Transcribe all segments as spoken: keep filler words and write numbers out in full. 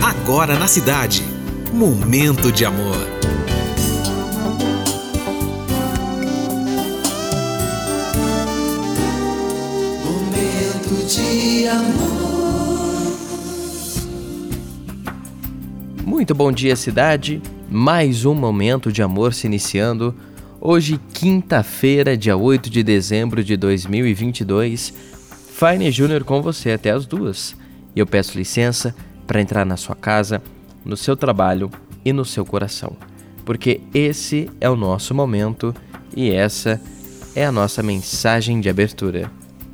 Agora na cidade. Momento de amor. Momento de amor. Muito bom dia, cidade. Mais um Momento de Amor se iniciando. Hoje, quinta-feira, dia oito de dezembro de dois mil e vinte e dois. Fine Júnior com você até as duas. E eu peço licença para entrar na sua casa, no seu trabalho e no seu coração. Porque esse é o nosso momento e essa é a nossa mensagem de abertura.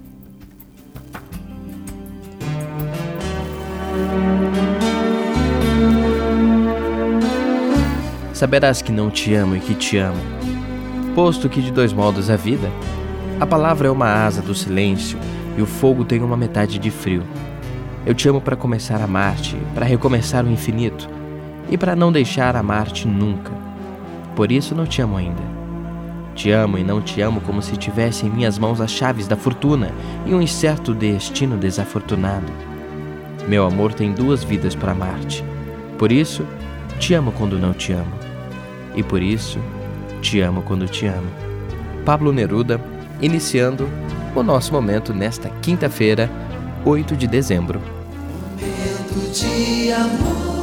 Saberás que não te amo e que te amo, posto que de dois modos a vida. A palavra é uma asa do silêncio e o fogo tem uma metade de frio. Eu te amo para começar a amar-te, para recomeçar o infinito e para não deixar amar-te nunca. Por isso não te amo ainda. Te amo e não te amo como se tivesse em minhas mãos as chaves da fortuna e um incerto destino desafortunado. Meu amor tem duas vidas para amar-te. Por isso, te amo quando não te amo. E por isso, te amo quando te amo. Pablo Neruda, iniciando o nosso momento nesta quinta-feira, oito de dezembro. Momento de amor.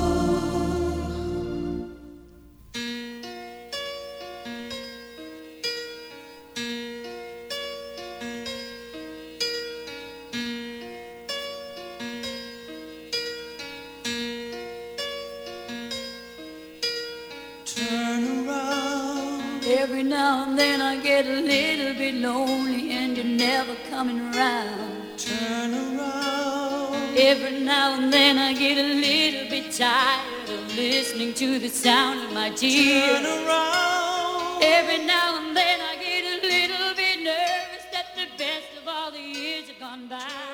Turn around. Every now and then I get a little bit lonely and you're never coming around. Turn around. Every now and then I get a little bit tired of listening to the sound of my tears. Turn around. Every now and then I get a little bit nervous that the best of all the years have gone by.